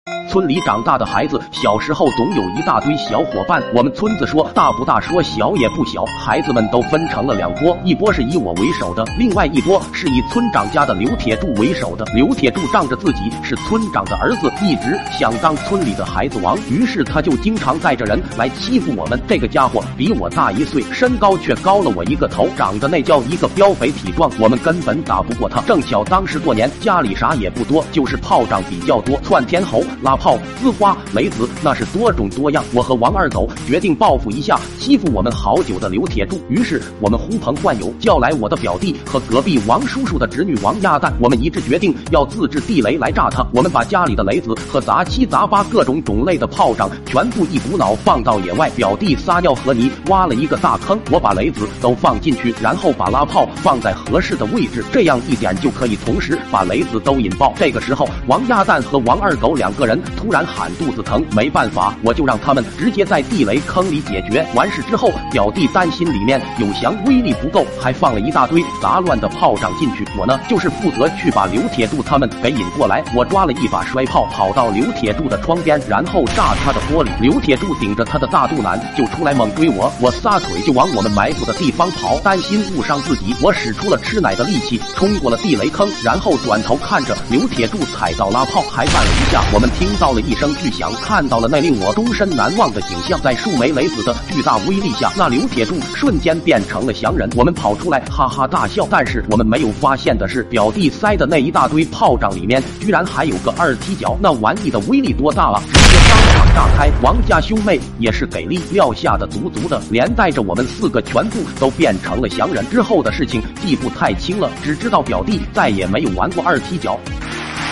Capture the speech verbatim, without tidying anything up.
村里长大的孩子，小时候总有一大堆小伙伴。我们村子说大不大，说小也不小。孩子们都分成了两拨，一波是以我为首的，另外一波是以村长家的刘铁柱为首的。刘铁柱仗着自己是村长的儿子，一直想当村里的孩子王，于是他就经常带着人来欺负我们。这个家伙比我大一岁，身高却高了我一个头，长得那叫一个膘肥体壮，我们根本打不过他。正巧当时过年，家里啥也不多，就是炮仗比较多，窜天猴、拉炮、呲花、雷子，那是多种多样。我和王二狗决定报复一下欺负我们好久的刘铁柱，于是我们呼朋唤友，叫来我的表弟和隔壁王叔叔的侄女王鸭蛋，我们一致决定要自制地雷来炸他。我们把家里的雷子和杂七杂八各种种类的炮仗全部一股脑放到野外，表弟撒尿和泥挖了一个大坑，我把雷子都放进去，然后把拉炮放在合适的位置，这样一点就可以同时把雷子都引爆。这个时候王鸭蛋和王二狗两个人突然喊肚子疼，没办法，我就让他们直接在地雷坑里解决。完事之后，表弟担心里面有翔威力不够，还放了一大堆杂乱的炮仗进去。我呢，就是负责去把刘铁柱他们给引过来。我抓了一把摔炮，跑到刘铁柱的窗边，然后炸他的玻璃。刘铁柱顶着他的大肚腩就出来猛追我，我撒腿就往我们埋伏的地方跑，担心误伤自己，我使出了吃奶的力气，冲过了地雷坑，然后转头看着刘铁柱踩到拉炮，还绊了一下。我们听到了一声巨响，看到了那令我终身难忘的景象。在数枚雷子的巨大威力下，那刘铁柱瞬间变成了翔人。我们跑出来哈哈大笑，但是我们没有发现的是，表弟塞的那一大堆炮仗里面居然还有个二踢脚，那玩意的威力多大啊，直接当场炸开。王家兄妹也是给力，料下的足足的，连带着我们四个全部都变成了翔人。之后的事情记不太清了，只知道表弟再也没有玩过二踢脚。